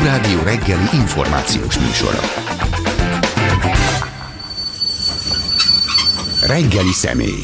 Klubrádió reggeli információs műsora. Reggeli személy.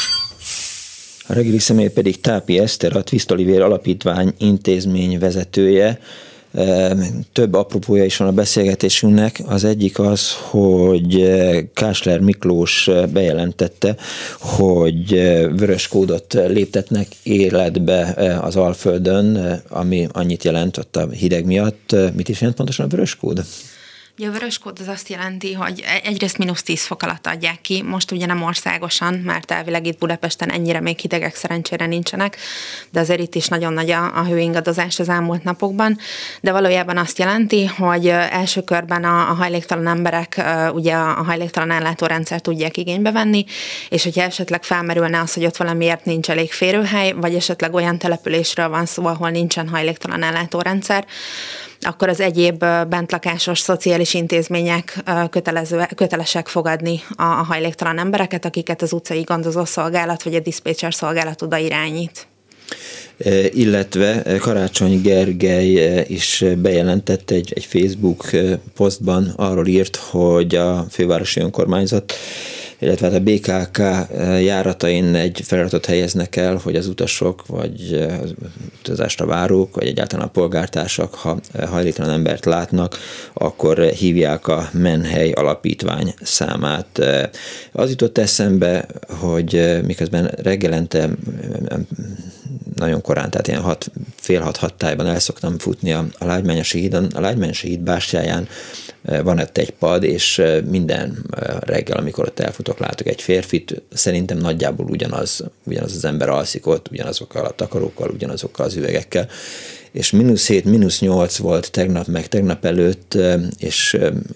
A reggeli személy pedig Tápi Eszter, a Twist Olivér Alapítvány intézmény vezetője. Több apropója is van a beszélgetésünknek. Az egyik az, hogy Kásler Miklós bejelentette, hogy vörös kódot léptetnek életbe az Alföldön, ami annyit jelent ott a hideg miatt. Mit is jelent pontosan a vörös kód? A vörös kód az azt jelenti, hogy egyrészt -10 fok alatt adják ki, most ugye nem országosan, mert elvileg itt Budapesten ennyire még hidegek szerencsére nincsenek, de azért itt is nagyon nagy a hőingadozás az elmúlt napokban, de valójában azt jelenti, hogy első körben a hajléktalan emberek ugye a hajléktalan ellátórendszert tudják igénybe venni, és hogyha esetleg felmerülne az, hogy ott valamiért nincs elég férőhely, vagy esetleg olyan településről van szó, ahol nincsen hajléktalan ellátórendszer, akkor az egyéb bentlakásos szociális intézmények kötelesek fogadni a hajléktalan embereket, akiket az utcai gondozó szolgálat vagy a diszpécser szolgálat oda irányít. Illetve Karácsony Gergely is bejelentett egy Facebook posztban, arról írt, hogy a fővárosi önkormányzat, illetve a BKK járatain egy feliratot helyeznek el, hogy az utasok, vagy utazásra várók, vagy egyáltalán a polgártársak, ha hajléktalan embert látnak, akkor hívják a Menhely Alapítvány számát. Az jutott eszembe, hogy miközben reggelente nagyon korán, tehát ilyen 5:30 tájban el szoktam futni a Lágymányosi hídon. A Lágymányosi híd bástyáján van ott egy pad, és minden reggel, amikor ott elfutok, látok egy férfit, szerintem nagyjából ugyanaz az ember alszik ott, ugyanazokkal a takarókkal, ugyanazokkal az üvegekkel, és -7, -8 volt tegnap, meg tegnap előtt, és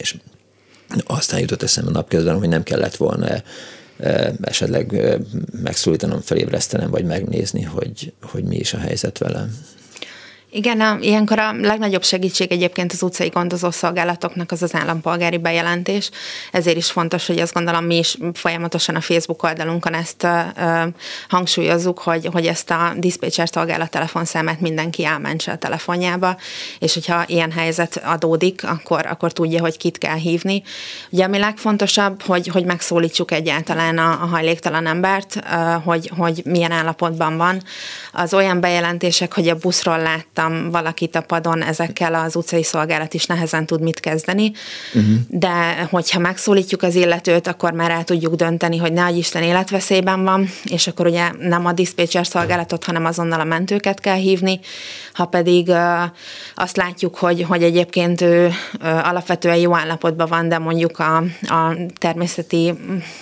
aztán jutott eszembe napközben, hogy nem kellett volna esetleg megszólítanom, felébresztenem, vagy megnézni, hogy mi is a helyzet velem. Igen, ilyenkor a legnagyobb segítség egyébként az utcai gondozószolgálatoknak az állampolgári bejelentés. Ezért is fontos, hogy azt gondolom mi is folyamatosan a Facebook oldalunkon ezt hangsúlyozzuk, hogy ezt a diszpécser szolgálat telefonszámát mindenki elmentse a telefonjába, és hogyha ilyen helyzet adódik, akkor tudja, hogy kit kell hívni. Ugye ami legfontosabb, hogy megszólítsuk egyáltalán a hajléktalan embert, hogy milyen állapotban van. Az olyan bejelentések, hogy a buszról láttam valakit a padon, ezekkel az utcai szolgálat is nehezen tud mit kezdeni, de hogyha megszólítjuk az illetőt, akkor már el tudjuk dönteni, hogy ne adj Isten életveszélyben van, és akkor ugye nem a diszpécser szolgálatot, hanem azonnal a mentőket kell hívni. Ha pedig azt látjuk, hogy egyébként ő alapvetően jó állapotban van, de mondjuk a természeti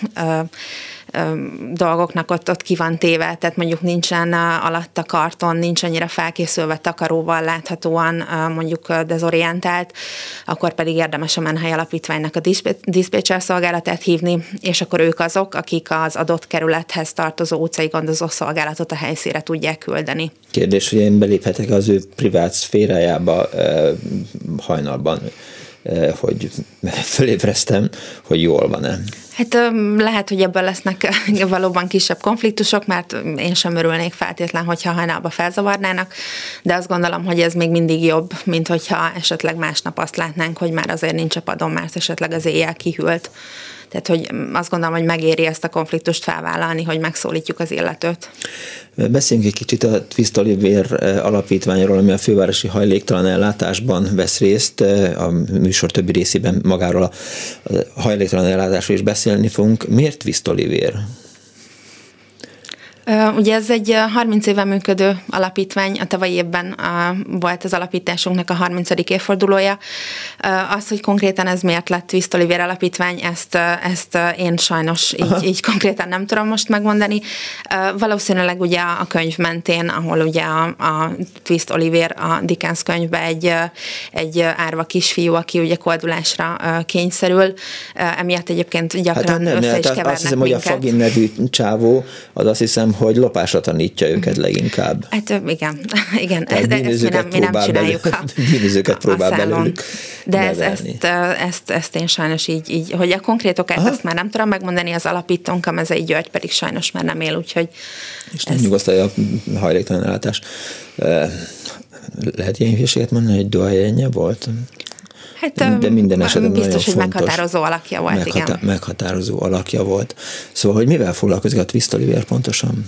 dolgoknak ott ki van téve, tehát mondjuk nincsen alatta karton, nincs annyira felkészülve takaróval láthatóan mondjuk dezorientált, akkor pedig érdemes a Menhely Alapítványnak a diszpécser szolgálatát hívni, és akkor ők azok, akik az adott kerülethez tartozó utcai gondozó szolgálatot a helyszínre tudják küldeni. Kérdés, hogy én beléphetek az ő privát szférájába hajnalban, hogy fölébreztem, hogy jól van-e? Hát lehet, hogy ebből lesznek valóban kisebb konfliktusok, mert én sem örülnék feltétlen, hogyha hajnalba felzavarnának, de azt gondolom, hogy ez még mindig jobb, mint hogyha esetleg másnap azt látnánk, hogy már azért nincs a padon, mert esetleg az éjjel kihűlt. Tehát, hogy azt gondolom, hogy megéri ezt a konfliktust felvállalni, hogy megszólítjuk az illetőt. Beszéljünk egy kicsit a Twist Olivér Alapítványról, ami a fővárosi hajléktalan ellátásban vesz részt. A műsor többi részében magáról a hajléktalan ellátásról is beszélni fogunk. Miért Twist Olivér? Ugye ez egy 30 éve működő alapítvány, a tavalyi évben volt az alapításunknak a 30. évfordulója. Az, hogy konkrétan ez miért lett Twist Olivér Alapítvány, ezt én sajnos így konkrétan nem tudom most megmondani. Valószínűleg ugye a könyv mentén, ahol ugye a Twist Olivér, a Dickens könyvbe egy árva kisfiú, aki ugye koldulásra kényszerül, emiatt egyébként gyakran össze is kevernek azt hiszem, minket. Hogy a Fagin nevű csávó, az azt hiszem, hogy lopásra tanítja őket leginkább. Hát igen, de ezt mi nem csináljuk. Bűnözőket próbál belőlük. De ezt én sajnos így, hogy a konkrét okát ezt már nem tudom megmondani, az alapítónk, a Mezei György pedig sajnos már nem él, úgyhogy... És nem nyugosztalja a hajléktalan ellátás lehet ilyen hülyeséget mondani, hogy doyenje volt? Hát de minden esetben biztos, hogy fontos, meghatározó alakja volt, igen. Meghatározó alakja volt. Szóval, hogy mivel foglalkozik a Twist Oliver pontosan?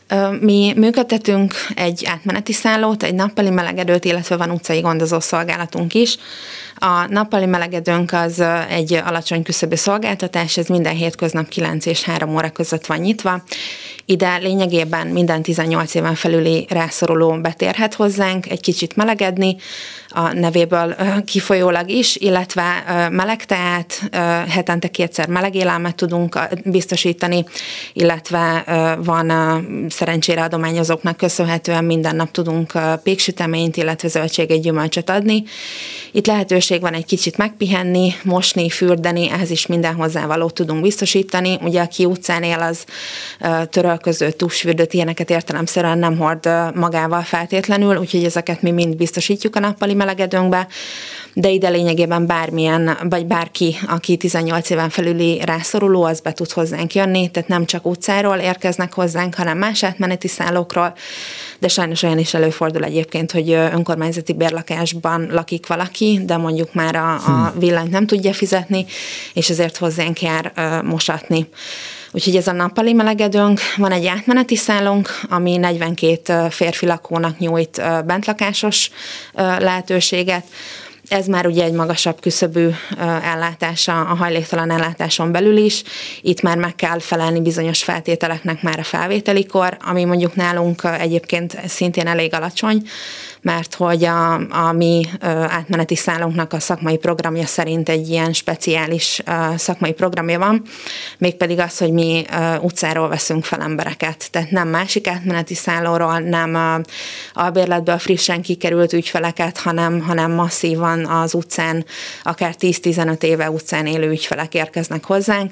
Mi működtetünk egy átmeneti szállót, egy nappali melegedőt, illetve van utcai gondozó szolgálatunk is. A nappali melegedőnk az egy alacsony küszöbű szolgáltatás, ez minden hétköznap 9 és 3 óra között van nyitva. Ide lényegében minden 18 éven felüli rászoruló betérhet hozzánk egy kicsit melegedni, a nevéből kifolyólag is, illetve meleg teát, hetente 2-szer meleg élelmet tudunk biztosítani, illetve van szerencsére adományozóknak köszönhetően minden nap tudunk péksüteményt, illetve zöldséget, gyümölcsöt adni. Itt lehetőség van egy kicsit megpihenni, mosni, fürdeni, ehhez is minden hozzávalót tudunk biztosítani. Ugye aki utcán él, az törölköző, tusfürdőt, ilyeneket értelemszerűen nem hord magával feltétlenül, úgyhogy ezeket mi mind biztosítjuk a nappali melegedőnkbe, de ide lényegében bármilyen, vagy bárki, aki 18 éven felüli rászoruló, az be tud hozzánk jönni, tehát nem csak utcáról érkeznek hozzánk, hanem más átmeneti szállókról, de sajnos olyan is előfordul egyébként, hogy önkormányzati bérlakásban lakik valaki, de mondjuk már a villanyt nem tudja fizetni, és ezért hozzánk jár mosatni. Úgyhogy ez a nappali melegedőnk, van egy átmeneti szállónk, ami 42 férfi lakónak nyújt bentlakásos lehetőséget. Ez már ugye egy magasabb küszöbű ellátása a hajléktalan ellátáson belül is. Itt már meg kell felelni bizonyos feltételeknek már a felvételikor, ami mondjuk nálunk egyébként szintén elég alacsony, mert hogy a mi átmeneti szállónknak a szakmai programja szerint egy ilyen speciális szakmai programja van, mégpedig az, hogy mi utcáról veszünk fel embereket. Tehát nem másik átmeneti szállóról, nem albérletből frissen kikerült ügyfeleket, hanem masszívan az utcán, akár 10-15 éve utcán élő ügyfelek érkeznek hozzánk.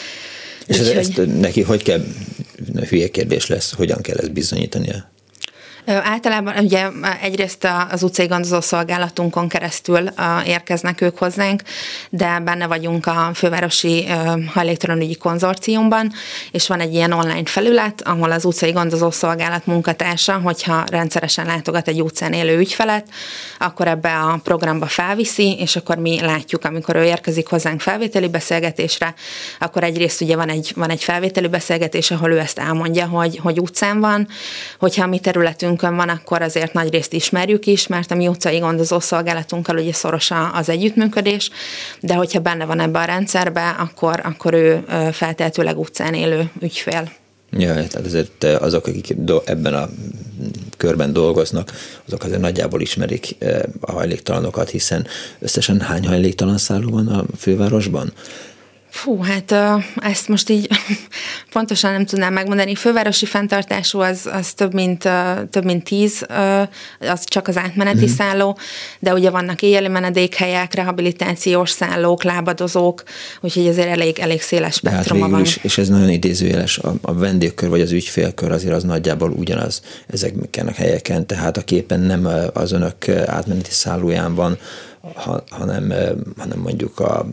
És ezt neki hogy kell, hülye kérdés lesz, hogyan kell ezt bizonyítania? Általában ugye egyrészt az utcai gondozó szolgálatunkon keresztül érkeznek ők hozzánk, de benne vagyunk a Fővárosi Hajléktalanügyi Konzorciumban, és van egy ilyen online felület, ahol az utcai gondozó szolgálat munkatársa, hogyha rendszeresen látogat egy utcán élő ügyfelet, akkor ebbe a programba felviszi, és akkor mi látjuk, amikor ő érkezik hozzánk felvételi beszélgetésre, akkor egyrészt ugye van egy felvételi beszélgetés, ahol ő ezt elmondja, hogy utcán van, hogyha a mi területünk van, akkor azért nagy részt ismerjük is, mert a mi utcai gondozó szolgálatunkkal ugye szoros az együttműködés, de hogyha benne van ebben a rendszerben, akkor ő feltehetőleg utcán élő ügyfél. Ja, tehát azért azok, akik ebben a körben dolgoznak, azok azért nagyjából ismerik a hajléktalanokat, hiszen összesen hány hajléktalan szálló van a fővárosban? Fú, hát ezt most így pontosan nem tudnám megmondani. Fővárosi fenntartású az több mint 10, az csak az átmeneti szálló, de ugye vannak éjjeli menedékhelyek, rehabilitációs szállók, lábadozók, úgyhogy ezért elég széles spektruma van. És ez nagyon idézőjeles, a vendégkör vagy az ügyfélkör azért az nagyjából ugyanaz ezeken a helyeken, tehát a képen nem az önök átmeneti szállóján van, hanem mondjuk a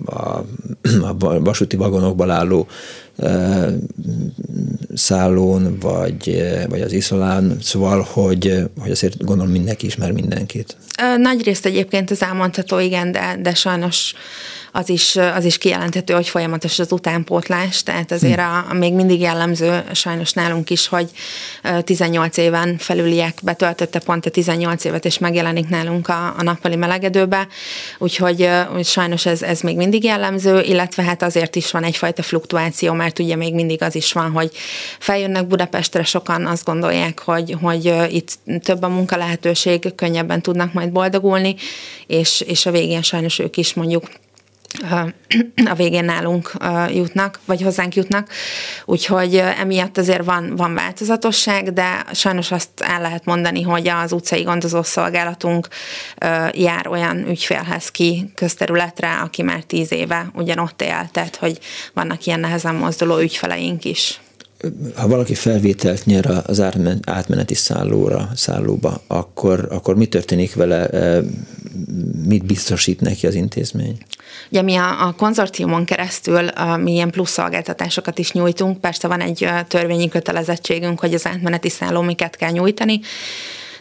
vasúti vagonokból álló szállón, vagy az iszolán, szóval, hogy azért gondolom mindenki ismer mindenkit. Nagyrészt egyébként az elmondható, igen, de sajnos az is kijelenthető, hogy folyamatos az utánpótlás, tehát azért még mindig jellemző sajnos nálunk is, hogy 18 éven felüliek betöltötte pont a 18 évet, és megjelenik nálunk a nappali melegedőbe, úgyhogy sajnos ez még mindig jellemző, illetve hát azért is van egyfajta fluktuáció, mert ugye még mindig az is van, hogy feljönnek Budapestre, sokan azt gondolják, hogy itt több a munkalehetőség, könnyebben tudnak majd boldogulni, és a végén sajnos ők is mondjuk a végén nálunk jutnak, vagy hozzánk jutnak, úgyhogy emiatt azért van változatosság, de sajnos azt el lehet mondani, hogy az utcai gondozó szolgálatunk jár olyan ügyfélhez ki közterületre, aki már 10 éve ugyanott él, tehát hogy vannak ilyen nehezen mozduló ügyfeleink is. Ha valaki felvételt nyer az átmeneti szállóba, akkor mi történik vele, mit biztosít neki az intézmény? Ugye mi a konzorciumon keresztül mi ilyen plusz szolgáltatásokat is nyújtunk, persze van egy törvényi kötelezettségünk, hogy az átmeneti szálló miket kell nyújtani,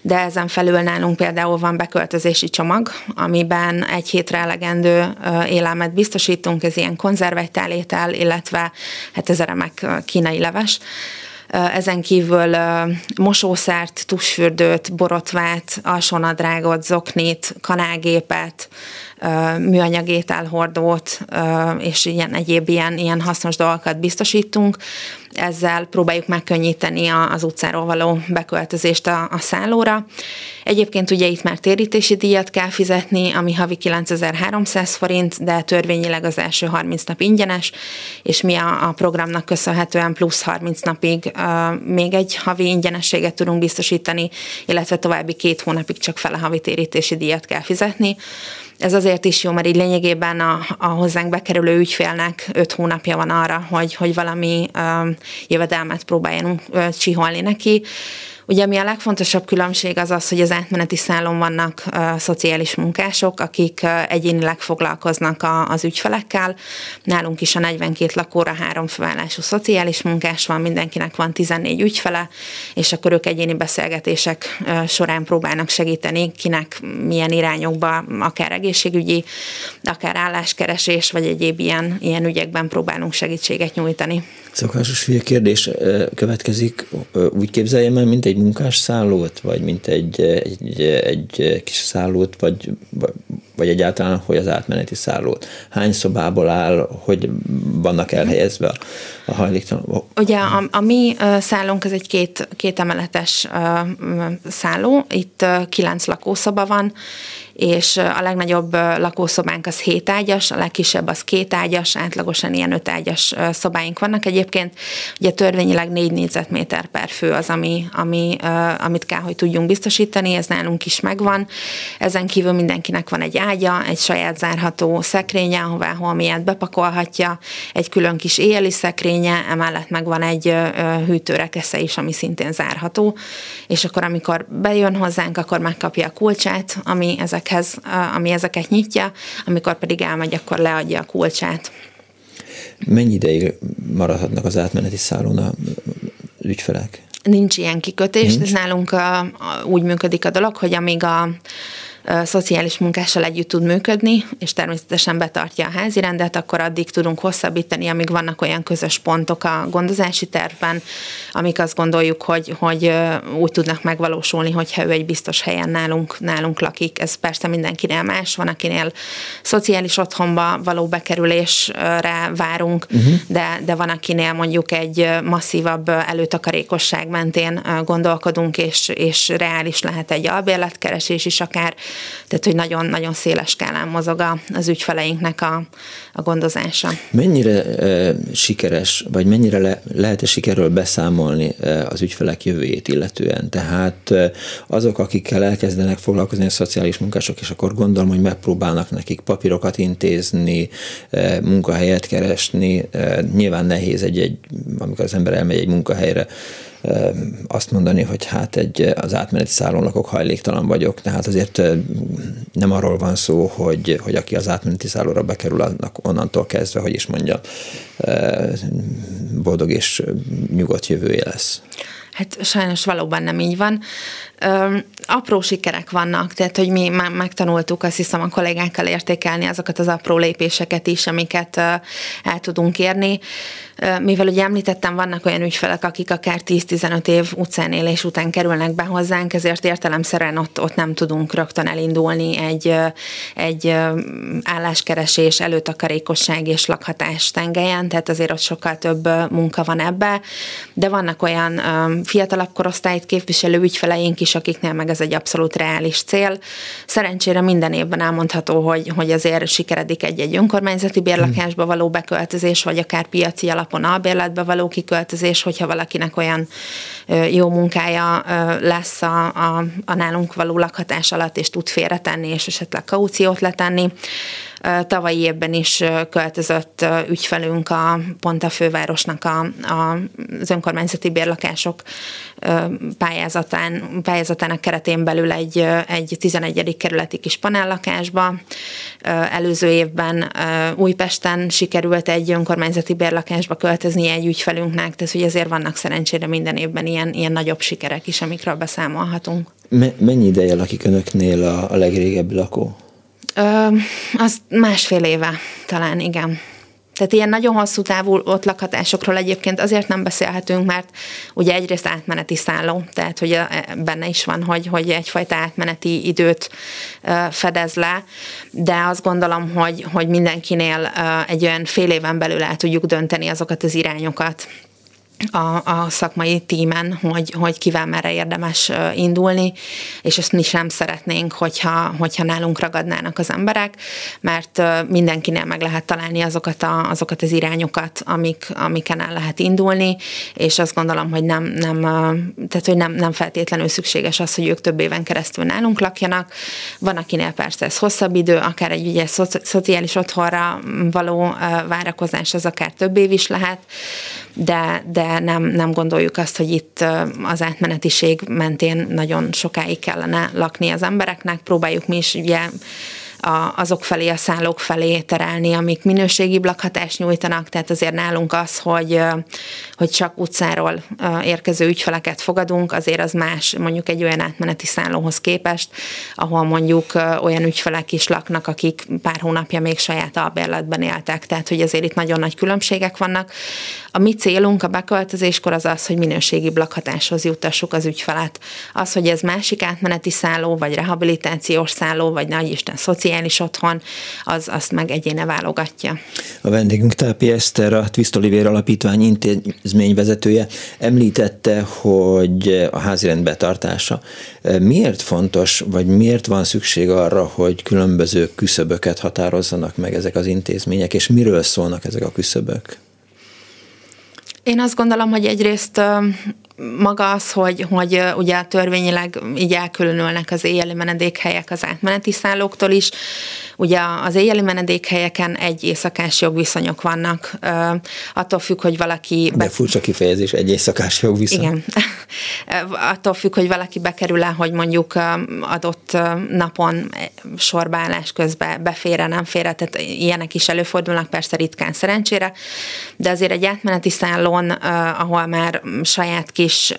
de ezen felül nálunk például van beköltözési csomag, amiben egy hétre elegendő élelmet biztosítunk, ez ilyen konzervegytálétel, illetve hát ez a remek kínai leves. Ezen kívül mosószert, tusfürdőt, borotvát, alsónadrágot, zoknit, kanálgépet, műanyag ételhordót és egyéb ilyen hasznos dolgokat biztosítunk. Ezzel próbáljuk megkönnyíteni az utcáról való beköltözést a szállóra. Egyébként ugye itt már térítési díjat kell fizetni, ami havi 9300 forint, de törvényileg az első 30 nap ingyenes, és mi a programnak köszönhetően plusz 30 napig még egy havi ingyenességet tudunk biztosítani, illetve további 2 hónapig csak fele havi térítési díjat kell fizetni. Ez azért is jó, mert így lényegében a hozzánk bekerülő ügyfélnek 5 hónapja van arra, hogy valami jövedelmet próbáljanak csiholni neki. Ugye mi a legfontosabb különbség az, hogy az átmeneti szállón vannak szociális munkások, akik egyénileg foglalkoznak az ügyfelekkel. Nálunk is a 42 lakóra 3 főállású szociális munkás van, mindenkinek van 14 ügyfele, és akkor ők egyéni beszélgetések során próbálnak segíteni, kinek milyen irányokba, akár egészségügyi, akár álláskeresés, vagy egyéb ilyen ügyekben próbálunk segítséget nyújtani. Szokásos kérdés következik. Úgy képzeljem el, mint egy munkásszállót, vagy mint egy kis szállót, vagy egyáltalán, hogy az átmeneti szállót. Hány szobából áll, hogy vannak elhelyezve a hajléktalanok? Ugye a mi szállónk ez egy két emeletes szálló, itt 9 lakószoba van, és a legnagyobb lakószobánk az 7 ágyas, a legkisebb az 2 ágyas, átlagosan ilyen 5 ágyas szobáink vannak. Egyébként ugye törvényileg 4 négyzetméter per fő az, amit kell, hogy tudjunk biztosítani, ez nálunk is megvan. Ezen kívül mindenkinek van egy ágya, egy saját zárható szekrénye, ahová holmiát bepakolhatja, egy külön kis éjjeli szekrénye, emellett megvan egy hűtőrekesze is, ami szintén zárható, és akkor amikor bejön hozzánk, akkor megkapja a kulcsát, ami ezeket nyitja, amikor pedig elmegy, akkor leadja a kulcsát. Mennyi ideig maradhatnak az átmeneti szállón az ügyfelek? Nincs ilyen kikötés, ez nálunk úgy működik a dolog, hogy amíg a szociális munkással együtt tud működni, és természetesen betartja a házi rendet, akkor addig tudunk hosszabbítani, amíg vannak olyan közös pontok a gondozási tervben, amik azt gondoljuk, hogy úgy tudnak megvalósulni, hogyha ő egy biztos helyen nálunk lakik. Ez persze mindenkinél más, van, akinél szociális otthonba való bekerülésre várunk, de van, akinél mondjuk egy masszívabb előtakarékosság mentén gondolkodunk, és reális lehet egy albérletkeresés is akár, tehát hogy nagyon-nagyon széles skálán mozog az ügyfeleinknek a gondozása. Mennyire sikeres, vagy mennyire lehet sikerről beszámolni az ügyfelek jövőjét illetően? Tehát azok, akikkel elkezdenek foglalkozni a szociális munkások, és akkor gondolom, hogy megpróbálnak nekik papírokat intézni, munkahelyet keresni. Nyilván nehéz amikor az ember elmegy egy munkahelyre, azt mondani, hogy hát az átmeneti szállón lakok, hajléktalan vagyok, tehát azért nem arról van szó, hogy aki az átmeneti szállóra bekerül, annak onnantól kezdve, hogy is mondjam, boldog és nyugodt jövője lesz. Hát sajnos valóban nem így van. Apró sikerek vannak, tehát hogy mi megtanultuk, azt hiszem, a kollégákkal értékelni azokat az apró lépéseket is, amiket el tudunk érni. Mivel ugye említettem, vannak olyan ügyfelek, akik akár 10-15 év utcánélés után kerülnek be hozzánk, ezért értelemszerűen ott nem tudunk rögtön elindulni egy álláskeresés, előtakarékosság és lakhatás tengelyen, tehát azért ott sokkal több munka van ebbe, de vannak olyan fiatalabb korosztályt képviselő ügyfeleink is, akiknél meg ez egy abszolút reális cél. Szerencsére minden évben elmondható, hogy azért sikeredik egy önkormányzati bérlakásba való beköltözés, vagy akár piaci alapon albérletbe való kiköltözés, hogyha valakinek olyan jó munkája lesz a nálunk való lakhatás alatt, és tud félretenni, és esetleg kauciót letenni. Tavalyi évben is költözött ügyfelünk pont a fővárosnak az önkormányzati bérlakások pályázatának keretén belül egy 11. kerületi kis panellakásba. Előző évben Újpesten sikerült egy önkormányzati bérlakásba költözni egy ügyfelünknek, tehát hogy azért vannak szerencsére minden évben ilyen nagyobb sikerek is, amikről beszámolhatunk. Mennyi ideje lakik önöknél a legrégebbi lakó? Az 1,5 éve talán, igen. Tehát ilyen nagyon hosszú távú ott lakhatásokról egyébként azért nem beszélhetünk, mert ugye egyrészt átmeneti szálló, tehát hogy benne is van, hogy egyfajta átmeneti időt fedez le, de azt gondolom, hogy mindenkinél egy olyan fél éven belül el tudjuk dönteni azokat az irányokat a szakmai tímen, hogy kivel merre érdemes indulni, és ezt mi sem szeretnénk, hogyha nálunk ragadnának az emberek, mert mindenkinél meg lehet találni azokat az irányokat, amiken el lehet indulni, és azt gondolom, hogy nem feltétlenül szükséges az, hogy ők több éven keresztül nálunk lakjanak. Van, akinél persze ez hosszabb idő, akár egy ugye szociális otthonra való várakozás, az akár több év is lehet, de nem gondoljuk azt, hogy itt az átmenetiség mentén nagyon sokáig kellene lakni az embereknek. Próbáljuk mi is ugye azok felé, a szállók felé terelni, amik minőségibb lakhatást nyújtanak, tehát azért nálunk az, hogy csak utcáról érkező ügyfeleket fogadunk, azért az más mondjuk egy olyan átmeneti szállóhoz képest, ahol mondjuk olyan ügyfelek is laknak, akik pár hónapja még saját albérletben éltek, tehát hogy azért itt nagyon nagy különbségek vannak. A mi célunk a beköltözéskor az, hogy minőségibb lakhatáshoz juttassuk az ügyfelet. Az, hogy ez másik átmeneti szálló, vagy rehabilitációs szálló, vagy nagyisten szociális otthon, azt meg egyéne válogatja. A vendégünk Tápi Eszter, a Twist Olivér Alapítvány intézményvezetője említette, hogy a házirend betartása. Miért fontos, vagy miért van szükség arra, hogy különböző küszöböket határozzanak meg ezek az intézmények, és miről szólnak ezek a küszöbök? Én azt gondolom, hogy egyrészt maga az, hogy ugye törvényileg így elkülönülnek az éjjeli menedékhelyek az átmeneti szállóktól is. Ugye az éjjeli menedékhelyeken egy éjszakás jogviszonyok vannak. Attól függ, hogy valaki... De furcsa kifejezés, egy éjszakás jogviszony. Igen. Attól függ, hogy valaki bekerül-e, hogy mondjuk adott napon sorbaállás közben befér-e, nem fér-e, tehát ilyenek is előfordulnak, persze ritkán szerencsére, de azért egy átmeneti szállón, ahol már saját kis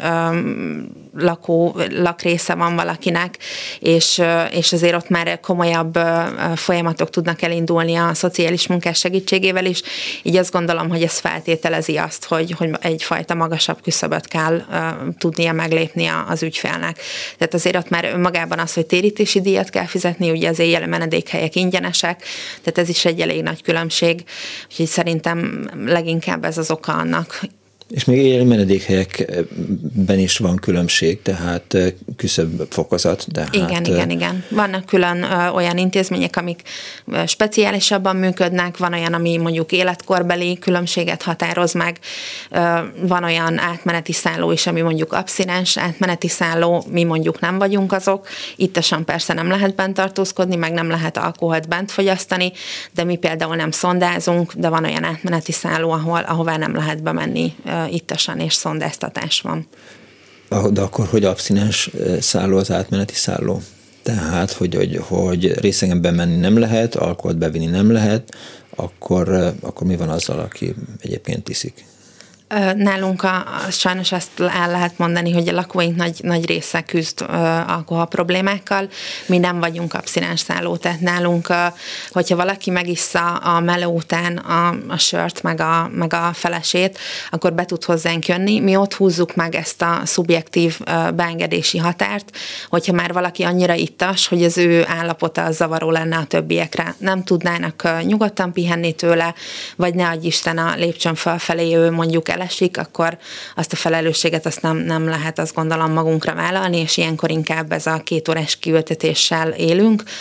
lakrésze van valakinek, és azért ott már komolyabb folyamatok tudnak elindulni a szociális munkás segítségével is, így azt gondolom, hogy ez feltételezi azt, hogy egyfajta magasabb küszöböt kell tudnia meglépni az ügyfélnek. Tehát azért ott már önmagában az, hogy térítési díjat kell fizetni, ugye az éjjeli menedékhelyek ingyenesek, tehát ez is egy elég nagy különbség, úgyhogy szerintem leginkább ez az oka annak. És még éjjeli menedékhelyekben is van különbség, tehát küszöbfokozat. Igen. Vannak külön olyan intézmények, amik speciálisabban működnek, van olyan, ami mondjuk életkorbeli különbséget határoz meg, van olyan átmeneti szálló is, ami mondjuk abszinens átmeneti szálló, mi mondjuk nem vagyunk azok. Ittasan persze nem lehet bent tartózkodni, meg nem lehet alkoholt bent fogyasztani, de mi például nem szondázunk, de van olyan átmeneti szálló, ahová nem lehet bemenni ittasan, és szondáztatás van. De akkor hogy abszinens szálló az átmeneti szálló? Tehát, hogy részegen bemenni nem lehet, alkoholt bevinni nem lehet, akkor mi van azzal, aki egyébként iszik? Nálunk sajnos azt el lehet mondani, hogy a lakóink nagy része küzd alkohol problémákkal. Mi nem vagyunk abszinens szálló, tehát nálunk, hogyha valaki megissza a meló után a sört, meg a felesét, akkor be tud hozzánk jönni. Mi ott húzzuk meg ezt a szubjektív beengedési határt, hogyha már valaki annyira ittas, hogy az ő állapota zavaró lenne a többiekre. Nem tudnának nyugodtan pihenni tőle, vagy ne adj Isten a lépcsőn fölfelé ő mondjuk elesik, akkor azt a felelősséget azt nem lehet, azt gondolom, magunkra vállalni, és ilyenkor inkább ez a 2 órás kiültetéssel élünk.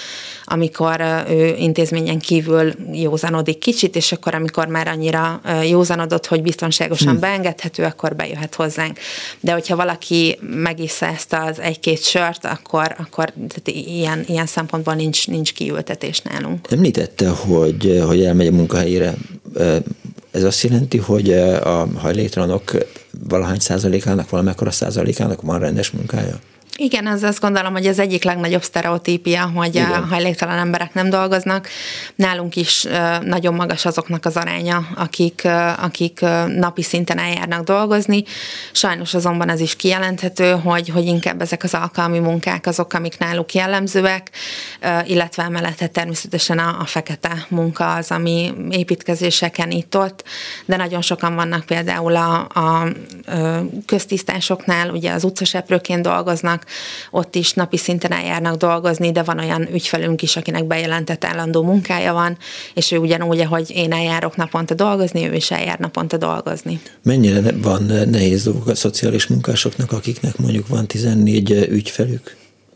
amikor ő intézményen kívül józanodik kicsit, és akkor amikor már annyira józanodott, hogy biztonságosan beengedhető, akkor bejöhet hozzánk. De hogyha valaki megissza ezt az egy-két sört, akkor ilyen szempontból nincs kiültetés nálunk. Említette, hogy elmegy a munkahelyére. Ez azt jelenti, hogy a hajléktalanok valahány százalékának, valamekkora százalékának van rendes munkája? Igen, azt gondolom, hogy az egyik legnagyobb sztereotípia, hogy a hajléktalan emberek nem dolgoznak. Nálunk is nagyon magas azoknak az aránya, akik napi szinten eljárnak dolgozni. Sajnos azonban az is kijelenthető, hogy inkább ezek az alkalmi munkák azok, amik náluk jellemzőek, illetve emellett természetesen a fekete munka az, ami építkezéseken itt-ott, de nagyon sokan vannak például a köztisztásoknál, ugye az utcaseprőként dolgoznak, ott is napi szinten eljárnak dolgozni, de van olyan ügyfelünk is, akinek bejelentett állandó munkája van, és ő ugyanúgy, ahogy én eljárok naponta dolgozni, ő is eljár naponta dolgozni. Mennyire van nehéz dolgok a szociális munkásoknak, akiknek mondjuk van 14 ügyfelük?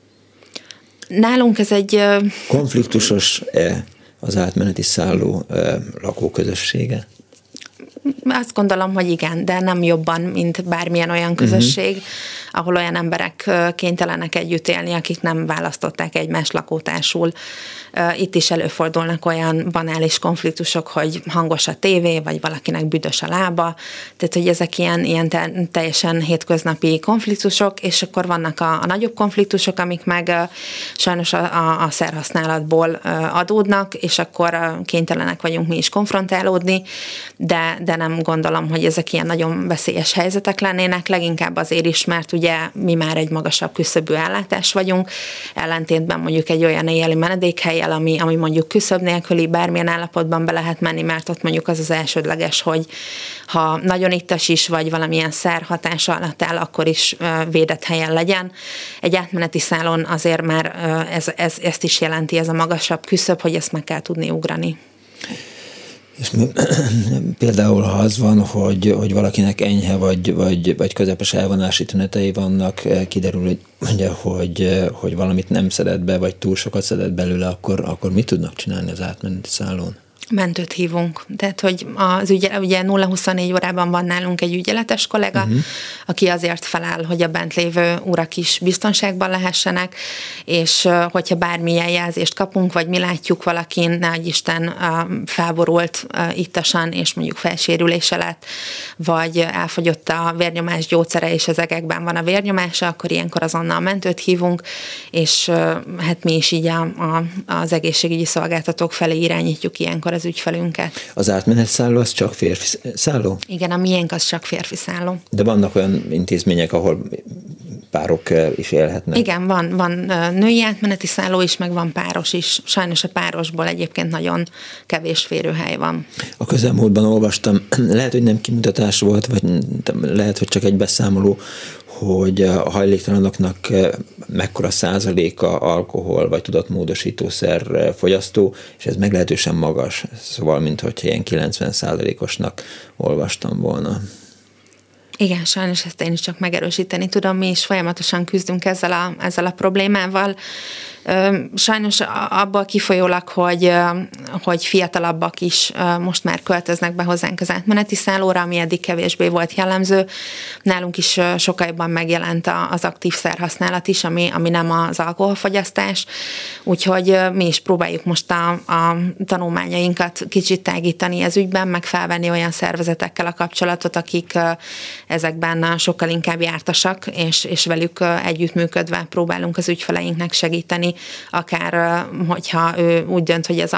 Nálunk ez egy... Konfliktusos-e az átmeneti szálló lakóközössége? Azt gondolom, hogy igen, de nem jobban, mint bármilyen olyan közösség, ahol olyan emberek kénytelenek együtt élni, akik nem választották egymást lakótársul. Itt is előfordulnak olyan banális konfliktusok, hogy hangos a tévé, vagy valakinek büdös a lába, tehát hogy ezek ilyen teljesen hétköznapi konfliktusok, és akkor vannak a nagyobb konfliktusok, amik meg sajnos a szerhasználatból adódnak, és akkor kénytelenek vagyunk mi is konfrontálódni, de nem gondolom, hogy ezek ilyen nagyon veszélyes helyzetek lennének, leginkább azért is, mert ugye mi már egy magasabb küszöbű ellátás vagyunk, ellentétben mondjuk egy olyan éjjeli menedékhellyel, ami mondjuk küszöb nélküli, bármilyen állapotban be lehet menni, mert ott mondjuk az elsődleges, hogy ha nagyon ittas is, vagy valamilyen szer hatása alatt áll, akkor is védett helyen legyen. Egy átmeneti szálon azért már ezt is jelenti, ez a magasabb küszöb, hogy ezt meg kell tudni ugrani. És például, ha az van, hogy valakinek enyhe vagy közepes elvonási tünetei vannak, kiderül, hogy valamit nem szedett be, vagy túl sokat szedett belőle, akkor mit tudnak csinálni az átmeneti szállón? Mentőt hívunk. Tehát, hogy ugye 0-24 órában van nálunk egy ügyeletes kollega, aki azért feláll, hogy a bent lévő urak is biztonságban lehessenek, és hogyha bármilyen jelzést kapunk, vagy mi látjuk valakin, nehogy Isten felborult ittasan, és mondjuk felsérülése lett, vagy elfogyott a vérnyomás gyógyszere, és az egekben van a vérnyomása, akkor ilyenkor azonnal mentőt hívunk, és hát mi is így az egészségügyi szolgáltatók felé irányítjuk ilyenkor az ügyfelünket. Az átmeneti szálló az csak férfi szálló? Igen, a miénk az csak férfi szálló. De vannak olyan intézmények, ahol párok is élhetnek? Igen, van női átmeneti szálló is, meg van páros is. Sajnos a párosból egyébként nagyon kevés férőhely van. A közelmúltban olvastam, lehet, hogy nem kimutatás volt, vagy lehet, hogy csak egy beszámoló, hogy a hajléktalanoknak mekkora százaléka alkohol vagy tudatmódosítószer fogyasztó, és ez meglehetősen magas. Szóval, mintha ilyen 90%-osnak olvastam volna. Igen, sajnos ezt én is csak megerősíteni tudom, mi is folyamatosan küzdünk ezzel a problémával. Sajnos abból kifolyólag, hogy fiatalabbak is most már költöznek be hozzánk az átmeneti szállóra, ami eddig kevésbé volt jellemző. Nálunk is sokkal jobban megjelent az aktív szerhasználat is, ami nem az alkoholfogyasztás. Úgyhogy mi is próbáljuk most a tanulmányainkat kicsit tágítani ez ügyben, meg felvenni olyan szervezetekkel a kapcsolatot, akik ezekben sokkal inkább jártasak, és velük együttműködve próbálunk az ügyfeleinknek segíteni, akár hogyha ő úgy dönt, hogy az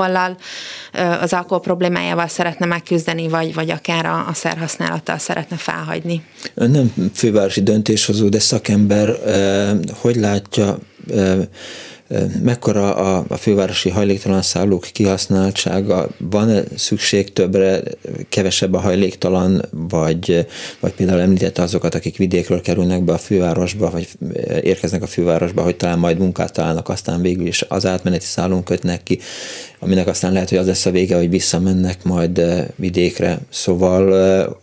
alkohol problémájával szeretne megküzdeni, vagy akár a szerhasználattal szeretne felhagyni. Ön nem fővárosi döntéshozó, de szakember, hogy látja, mekkora a fővárosi hajléktalan szállók kihasználtsága? Van-e szükség többre, kevesebb a hajléktalan, vagy például említette azokat, akik vidékről kerülnek be a fővárosba, vagy érkeznek a fővárosba, hogy talán majd munkát találnak, aztán végül is az átmeneti szállón kötnek ki, aminek aztán lehet, hogy az lesz a vége, hogy visszamennek majd vidékre. Szóval,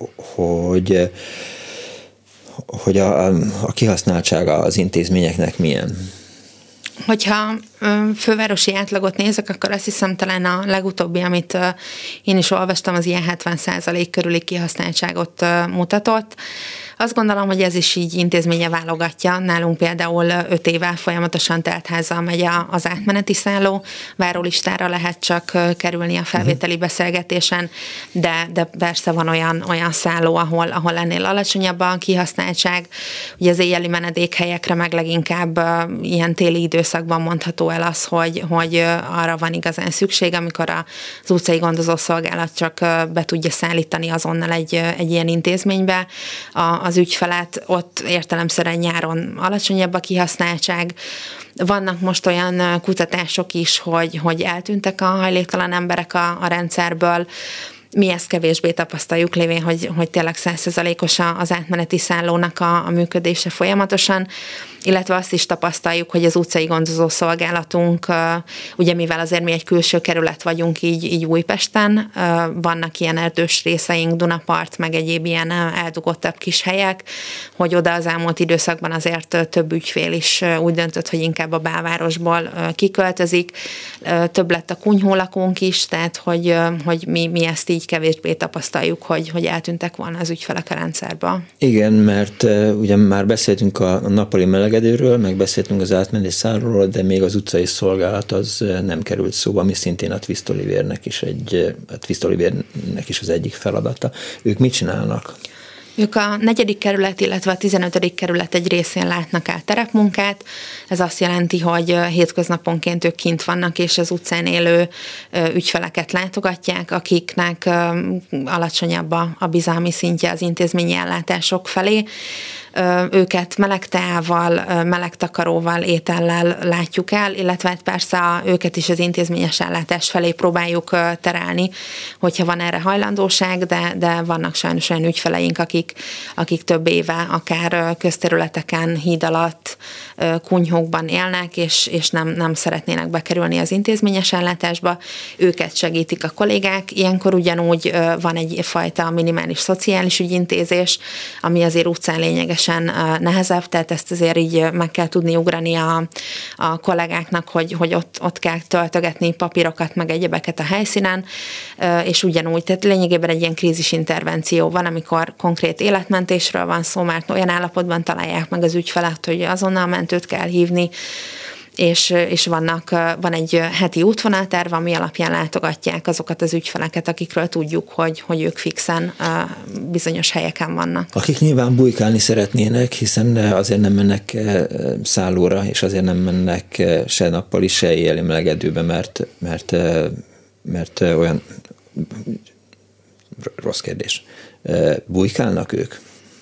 hogy a kihasználtsága az intézményeknek milyen? Hogyha fővárosi átlagot nézek, akkor azt hiszem talán a legutóbbi, amit én is olvastam, az ilyen 70% körüli kihasználtságot mutatott. Azt gondolom, hogy ez is így intézménye válogatja. Nálunk például 5 éve folyamatosan teltházzal megy az átmeneti szálló, várólistára lehet csak kerülni a felvételi beszélgetésen, de persze van olyan szálló, ahol ennél alacsonyabb a kihasználtság. Ugye az éjjeli menedékhelyekre meg leginkább ilyen téli időszakban mondható el az, hogy arra van igazán szükség, amikor az utcai gondozószolgálat csak be tudja szállítani azonnal egy ilyen intézménybe az ügyfelet, ott értelemszerűen nyáron alacsonyabb a kihasználtság. Vannak most olyan kutatások is, hogy eltűntek a hajléktalan emberek a rendszerből. Mi ezt kevésbé tapasztaljuk, lévén, hogy tényleg 100%-os az átmeneti szállónak a működése folyamatosan, illetve azt is tapasztaljuk, hogy az utcai gondozószolgálatunk, ugye mivel azért mi egy külső kerület vagyunk így Újpesten, vannak ilyen erdős részeink, Dunapart, meg egyéb ilyen eldugottabb kis helyek, hogy oda az elmúlt időszakban azért több ügyfél is úgy döntött, hogy inkább a belvárosból kiköltözik. Több lett a kunyhólakónk is, tehát hogy mi ezt így kevésbé tapasztaljuk, hogy eltűntek volna az ügyfelek a rendszerből. Igen, mert ugye már beszéltünk a nappali melegedőről, meg beszéltünk az átmeneti szállóról, de még az utcai szolgálat az nem került szóba, ami szintén a Twist-Olivérnek is az egyik feladata. Ők mit csinálnak? Ők a 4. kerület, illetve a 15. kerület egy részén látnak el terepmunkát. Ez azt jelenti, hogy hétköznaponként ők kint vannak, és az utcán élő ügyfeleket látogatják, akiknek alacsonyabb a bizalmi szintje az intézményi ellátások felé. Őket meleg teával, meleg takaróval, étellel látjuk el, illetve hát persze őket is az intézményes ellátás felé próbáljuk terelni, hogyha van erre hajlandóság, de vannak sajnos olyan ügyfeleink, akik több éve akár közterületeken, híd alatt, kunyhókban élnek, és nem szeretnének bekerülni az intézményes ellátásba. Őket segítik a kollégák. Ilyenkor ugyanúgy van egyfajta minimális szociális ügyintézés, ami azért utcán lényeges nehezebb, tehát ezt azért így meg kell tudni ugrani a kollégáknak, hogy ott kell töltögetni papírokat, meg egyebeket a helyszínen, és ugyanúgy, tehát lényegében egy ilyen krízisintervenció van, amikor konkrét életmentésről van szó, mert olyan állapotban találják meg az ügyfelet, hogy azonnal mentőt kell hívni, és van egy heti útvonalterv, ami alapján látogatják azokat az ügyfeleket, akikről tudjuk, hogy ők fixen bizonyos helyeken vannak. Akik nyilván bujkálni szeretnének, hiszen azért nem mennek szállóra, és azért nem mennek se nappali, se éjjeli melegedőbe, mert olyan rossz kérdés. Bujkálnak ők?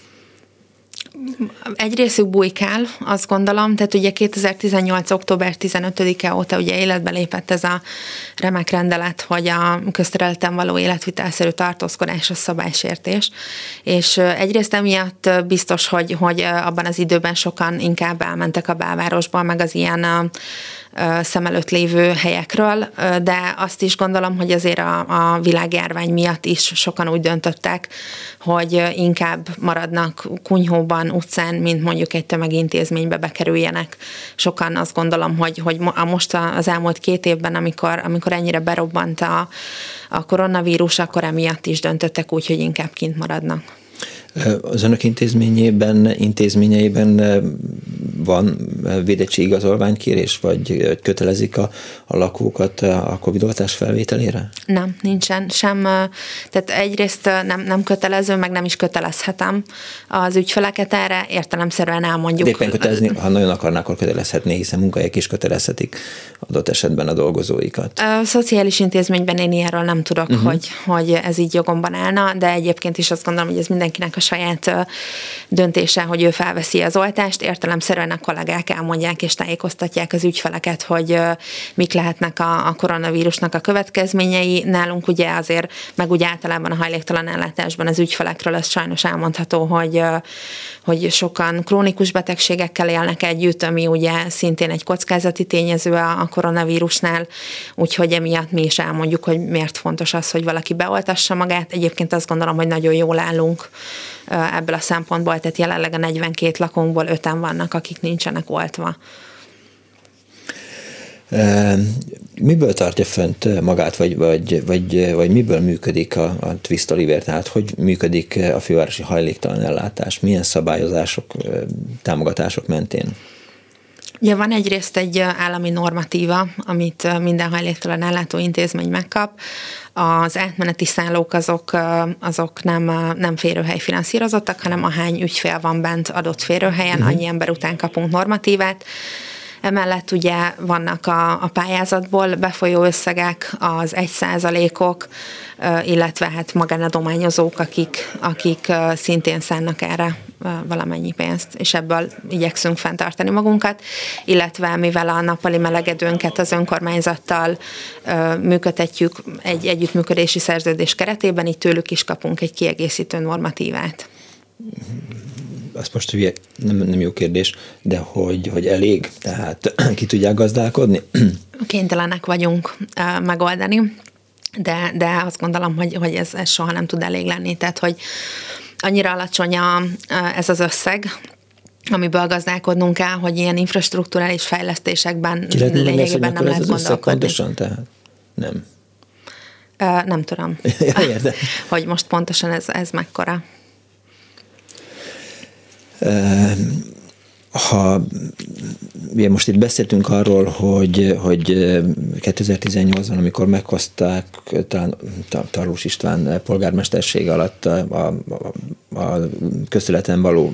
Egy részük bujkál, azt gondolom, tehát ugye 2018. október 15-e óta ugye életbe lépett ez a remek rendelet, hogy a közterületen való életvitelszerű tartózkodás a szabálysértés, és egyrészt emiatt biztos, hogy abban az időben sokan inkább elmentek a belvárosba, meg az ilyen szem előtt lévő helyekről, de azt is gondolom, hogy azért a világjárvány miatt is sokan úgy döntöttek, hogy inkább maradnak kunyhóban, utcán, mint mondjuk egy tömegintézménybe bekerüljenek. Sokan azt gondolom, hogy most az elmúlt 2 évben, amikor ennyire berobbant a koronavírus, akkor emiatt is döntöttek úgy, hogy inkább kint maradnak. Az önök intézményeiben van védettségi igazolványkérés, vagy kötelezik a lakókat a Covid-oltás felvételére? Nem, nincsen sem. Tehát egyrészt nem kötelező, meg nem is kötelezhetem az ügyfeleket erre, értelemszerűen elmondjuk. De éppen kötelezni, ha nagyon akarnák, akkor kötelezhetné, hiszen munkahelyek is kötelezhetik adott esetben a dolgozóikat. A szociális intézményben én ilyenről nem tudok, hogy ez így jogomban állna, de egyébként is azt gondolom, hogy ez mindenkinek a saját döntése, hogy ő felveszi az oltást. Értelemszerűen a kollégák elmondják és tájékoztatják az ügyfeleket, hogy mik lehetnek a koronavírusnak a következményei. Nálunk ugye azért, meg úgy általában a hajléktalan ellátásban az ügyfelekről ez sajnos elmondható, hogy sokan krónikus betegségekkel élnek együtt, ami ugye szintén egy kockázati tényező a koronavírusnál, úgyhogy emiatt mi is elmondjuk, hogy miért fontos az, hogy valaki beoltassa magát. Egyébként azt gondolom, hogy nagyon jól állunk ebből a szempontból, tehát jelenleg a 42 lakónkból 5-en vannak, akik nincsenek oltva. Miből tartja fönt magát, vagy miből működik a Twist Oliver? Tehát hogy működik a fővárosi hajléktalan ellátás? Milyen szabályozások, támogatások mentén? Ugye van egyrészt egy állami normatíva, amit minden hajléktalan ellátó intézmény megkap. Az átmeneti szállók azok nem férőhely finanszírozottak, hanem ahány ügyfél van bent adott férőhelyen, annyi ember után kapunk normatívát. Emellett ugye vannak a pályázatból befolyó összegek, az 1%-ok, illetve hát magánadományozók, akik szintén szánnak erre valamennyi pénzt, és ebből igyekszünk fenntartani magunkat, illetve mivel a nappali melegedőnket az önkormányzattal működtetjük egy együttműködési szerződés keretében, így tőlük is kapunk egy kiegészítő normatívát. Azt most nem jó kérdés, de hogy elég? Tehát ki tudják gazdálkodni? Kénytelenek vagyunk megoldani, de azt gondolom, hogy ez soha nem tud elég lenni. Tehát, hogy annyira alacsony ez az összeg, amiből gazdálkodnunk kell, hogy ilyen infrastrukturális fejlesztésekben lényegében nem lehet gondolkodni. Pontosan, tehát nem. Nem tudom, hogy most pontosan ez mekkora. Ha most itt beszéltünk arról, hogy 2018-ban, amikor meghozták talán Tarlós István polgármesterség alatt a közterületen való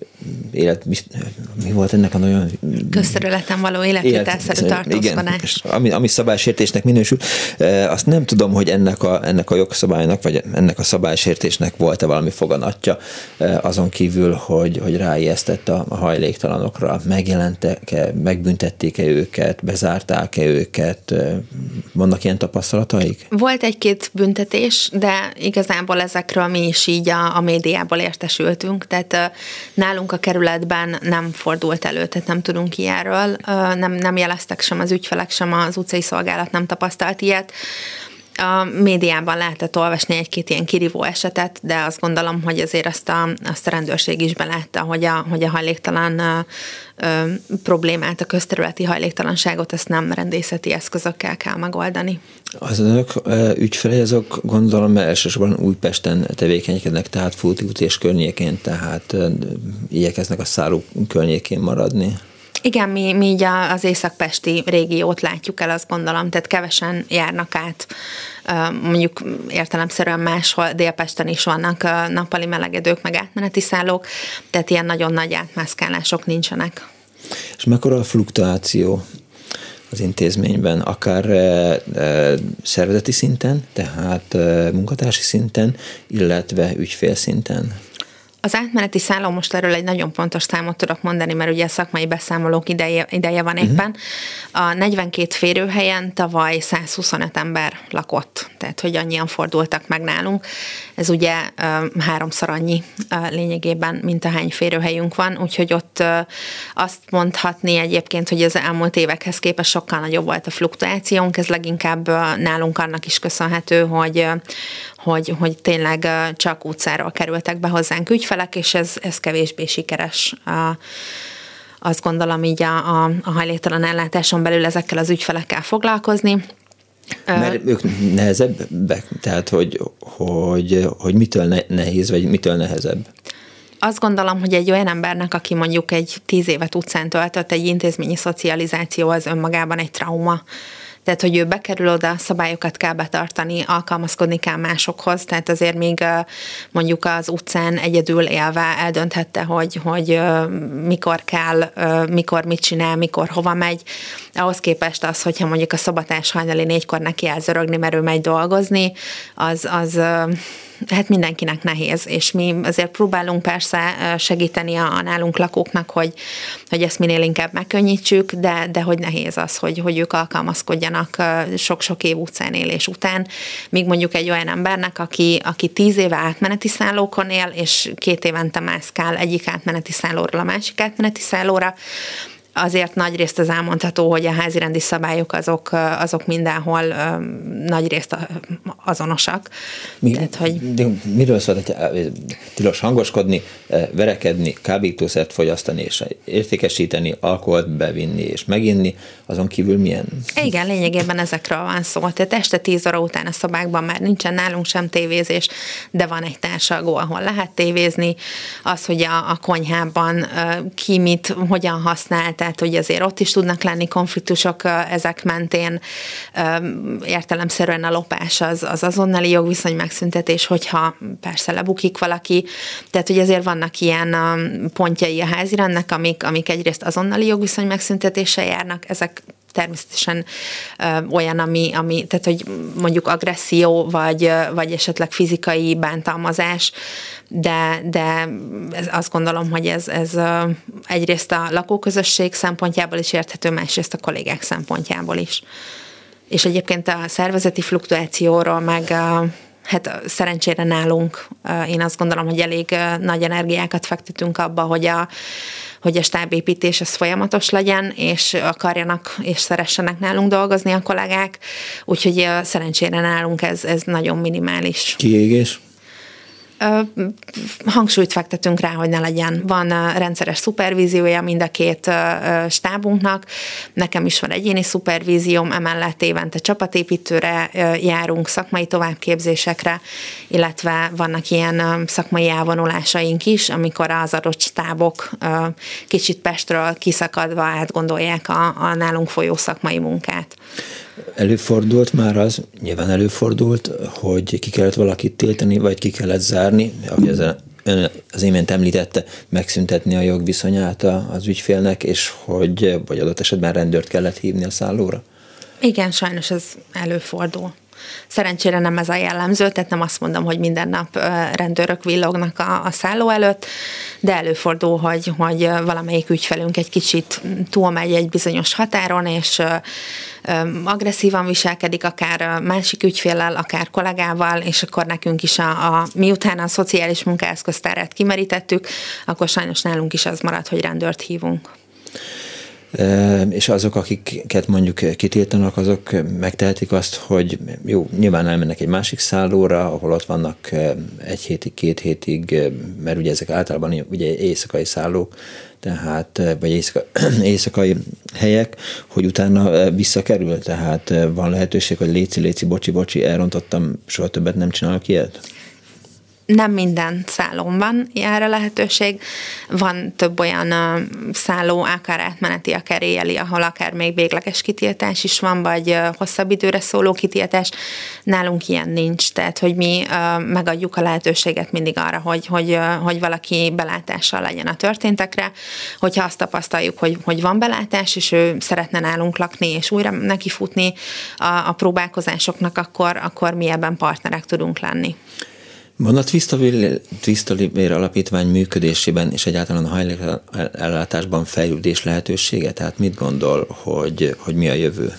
mi volt ennek a nagyon... Közterületen való életvitelszerű tartózkodás. Ami szabálysértésnek minősül. Azt nem tudom, hogy ennek a jogszabálynak, vagy ennek a szabálysértésnek volt-e valami foganatja, azon kívül, hogy ráijesztett a hajléktalanokra. Megjelentek-e, megbüntették-e őket, bezárták-e őket? Vannak ilyen tapasztalataik? Volt egy-két büntetés, de igazából ezekről mi is így a médiából értesültünk. Tehát nálunk a kerületben nem fordult elő, tehát nem tudunk ilyenről, nem jeleztek sem az ügyfelek, sem az utcai szolgálat nem tapasztalt ilyet. A médiában lehetett olvasni egy-két ilyen kirívó esetet, de azt gondolom, hogy azért azt a rendőrség is belátta, hogy a hajléktalan problémát, a közterületi hajléktalanságot ezt nem rendészeti eszközökkel kell megoldani. Az önök ügyfelei azok gondolom elsősorban Újpesten tevékenykednek, tehát Fóti út és környékén, tehát igyekeznek a szálló környékén maradni. Igen, mi így az északpesti régiót látjuk el, azt gondolom, tehát kevesen járnak át, mondjuk értelemszerűen máshol, Délpesten is vannak nappali melegedők, meg átmeneti szállók, tehát ilyen nagyon nagy átmászkálások nincsenek. És mekkora a fluktuáció az intézményben, akár szervezeti szinten, tehát munkatársi szinten, illetve ügyfél szinten? Az átmeneti szálló, most erről egy nagyon pontos számot tudok mondani, mert ugye a szakmai beszámolók ideje van éppen. A 42 férőhelyen tavaly 125 ember lakott, tehát hogy annyian fordultak meg nálunk. Ez ugye 3-szor annyi lényegében, mint ahány férőhelyünk van, úgyhogy ott azt mondhatni egyébként, hogy az elmúlt évekhez képest sokkal nagyobb volt a fluktuációnk, ez leginkább nálunk annak is köszönhető, hogy tényleg csak utcáról kerültek be hozzánk ügyfelek, és ez kevésbé sikeres. Azt gondolom így a hajléktalan ellátáson belül ezekkel az ügyfelekkel foglalkozni. Mert ők nehezebbek? Tehát, hogy mitől nehéz, vagy mitől nehezebb? Azt gondolom, hogy egy olyan embernek, aki mondjuk egy 10 évet utcán töltött, egy intézményi szocializáció az önmagában egy trauma. Tehát, hogy ő bekerül oda, szabályokat kell betartani, alkalmazkodni kell másokhoz, tehát azért még mondjuk az utcán egyedül élve eldönthette, hogy mikor kell, mikor mit csinál, mikor hova megy. Ahhoz képest az, hogyha mondjuk a szobatás hajnali 4-kor neki elzörögni, mert ő megy dolgozni, az hát mindenkinek nehéz, és mi azért próbálunk persze segíteni a nálunk lakóknak, hogy ezt minél inkább megkönnyítsük, de hogy nehéz az, hogy ők alkalmazkodjanak sok-sok év utcán élés után, míg mondjuk egy olyan embernek, aki 10 éve átmeneti szállókon él, és 2 évente mászkál egyik átmeneti szállóról a másik átmeneti szállóra, azért nagyrészt az elmondható, hogy a házirendi szabályok azok mindenhol nagyrészt azonosak. Tehát, hogy... Miről szól, hogy tilos hangoskodni, verekedni, kábítószert fogyasztani és értékesíteni, alkoholt bevinni és meginni, azon kívül milyen? Igen, lényegében ezekről van szó. Tehát este 10 óra után a szobákban már nincsen nálunk sem tévézés, de van egy társalgó, ahol lehet tévézni. Az, hogy a konyhában ki mit, hogyan használ, tehát hogy azért ott is tudnak lenni konfliktusok ezek mentén. Értelemszerűen a lopás az azonnali jogviszony megszüntetés, hogyha persze lebukik valaki. Tehát, hogy azért vannak ilyen pontjai a házirendnek, amik egyrészt azonnali jogviszony megszüntetéssel járnak, ezek természetesen olyan, ami, tehát hogy mondjuk agresszió, vagy esetleg fizikai bántalmazás, de azt gondolom, hogy ez egyrészt a lakóközösség szempontjából is érthető, másrészt a kollégák szempontjából is. És egyébként a szervezeti fluktuációról meg hát szerencsére nálunk én azt gondolom, hogy elég nagy energiákat fektetünk abba, hogy a stábépítés ez folyamatos legyen, és akarjanak és szeressenek nálunk dolgozni a kollégák, úgyhogy szerencsére nálunk ez nagyon minimális. Kiégés? Hangsúlyt fektetünk rá, hogy ne legyen. Van rendszeres szupervíziója mind a két stábunknak, nekem is van egyéni szupervízióm, emellett évente csapatépítőre járunk, szakmai továbbképzésekre, illetve vannak ilyen szakmai elvonulásaink is, amikor az adott stábok kicsit Pestről kiszakadva átgondolják a nálunk folyó szakmai munkát. Előfordult már az, nyilván előfordult, hogy ki kellett valakit tiltani, vagy ki kellett zárni, ahogy az imént említette, megszüntetni a jogviszonyát az ügyfélnek, és vagy adott esetben rendőrt kellett hívni a szállóra? Igen, sajnos ez előfordul. Szerencsére nem ez a jellemző, tehát nem azt mondom, hogy minden nap rendőrök villognak a szálló előtt, de előfordul, hogy valamelyik ügyfelünk egy kicsit túlmegy egy bizonyos határon, és agresszívan viselkedik, akár másik ügyféllel, akár kollégával, és akkor nekünk is miután a szociális munkaeszköztárát kimerítettük, akkor sajnos nálunk is az marad, hogy rendőrt hívunk. És azok, akiket mondjuk kitiltanak, azok megtehetik azt, hogy jó, nyilván elmennek egy másik szállóra, ahol ott vannak 1 hétig, 2 hétig, mert ugye ezek általában ugye éjszakai szállók, tehát, vagy éjszakai helyek, hogy utána visszakerül, tehát van lehetőség, hogy léci, bocsi, elrontottam, soha többet nem csinálok ilyet? Nem minden szállón van erre lehetőség. Van több olyan szálló, akár átmeneti, akár éjjeli, ahol akár még végleges kitiltás is van, vagy hosszabb időre szóló kitiltás. Nálunk ilyen nincs, tehát hogy mi megadjuk a lehetőséget mindig arra, hogy valaki belátással legyen a történtekre. Hogyha azt tapasztaljuk, hogy van belátás, és ő szeretne nálunk lakni, és újra nekifutni a próbálkozásoknak, akkor mi ebben partnerek tudunk lenni. Van a Twistolivér alapítvány működésében és egyáltalán a hajlékellátásban fejlődés lehetősége? Tehát mit gondol, hogy mi a jövő?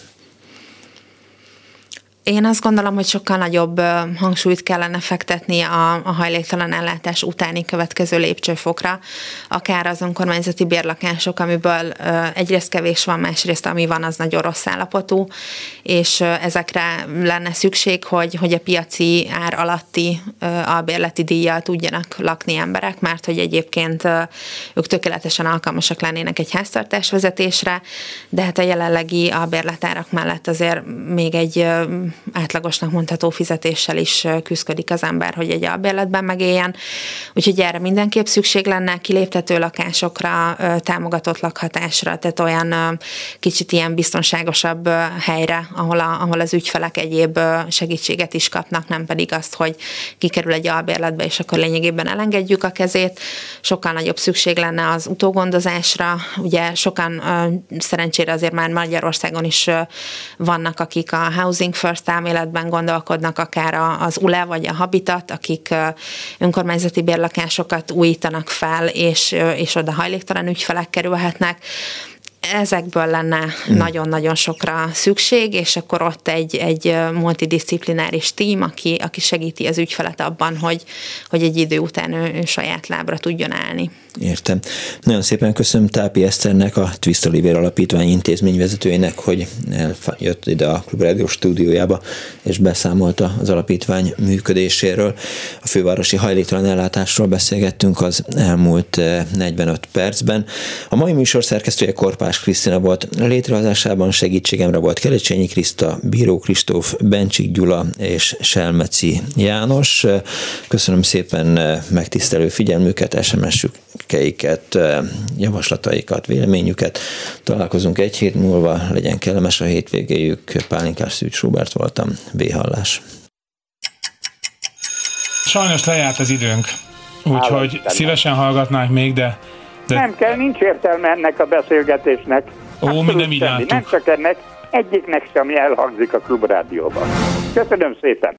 Én azt gondolom, hogy sokkal nagyobb hangsúlyt kellene fektetni a hajléktalan ellátás utáni következő lépcsőfokra, akár az önkormányzati bérlakások, amiből egyrészt kevés van, másrészt ami van, az nagyon rossz állapotú, és ezekre lenne szükség, hogy a piaci ár alatti albérleti díjjal tudjanak lakni emberek, mert hogy egyébként ők tökéletesen alkalmasak lennének egy háztartásvezetésre, de hát a jelenlegi albérletárak mellett azért még egy átlagosnak mondható fizetéssel is küszködik az ember, hogy egy albérletben megéljen. Úgyhogy erre mindenképp szükség lenne, kiléptető lakásokra, támogatott lakhatásra, tehát olyan kicsit ilyen biztonságosabb helyre, ahol az ügyfelek egyéb segítséget is kapnak, nem pedig azt, hogy kikerül egy albérletbe, és akkor lényegében elengedjük a kezét. Sokkal nagyobb szükség lenne az utógondozásra. Ugye sokan szerencsére azért már Magyarországon is vannak, akik a Housing First elméletben gondolkodnak, akár az ULE vagy a Habitat, akik önkormányzati bérlakásokat újítanak fel, és oda hajléktalan ügyfelek kerülhetnek. ezekből lenne nagyon-nagyon sokra szükség, és akkor ott egy multidisziplináris tím, aki segíti az ügyfelet abban, hogy egy idő után ő saját lábra tudjon állni. Értem. Nagyon szépen köszönöm Tápi Eszternek, a Twist Olivér Alapítvány intézményvezetőjének, hogy eljött ide a Klubrádió stúdiójába, és beszámolta az alapítvány működéséről. A fővárosi hajléktalan ellátásról beszélgettünk az elmúlt 45 percben. A mai műsor szerkesztője Korpás Krisztina volt, létrehozásában segítségemre volt Kelecsényi Kriszta, Bíró Kristóf, Bencsik Gyula és Selmeci János. Köszönöm szépen megtisztelő figyelmüket, SMS-eiket, javaslataikat, véleményüket. Találkozunk egy hét múlva, legyen kellemes a hétvégéjük. Pálinkás Szűcs Róbert voltam, V-hallás. Sajnos lejárt az időnk, úgyhogy szívesen hallgatnánk még, de... Nem kell, nincs értelme ennek a beszélgetésnek. Mi nem így nem csak ennek, egyiknek sem elhangzik a Klubrádióban. Köszönöm szépen!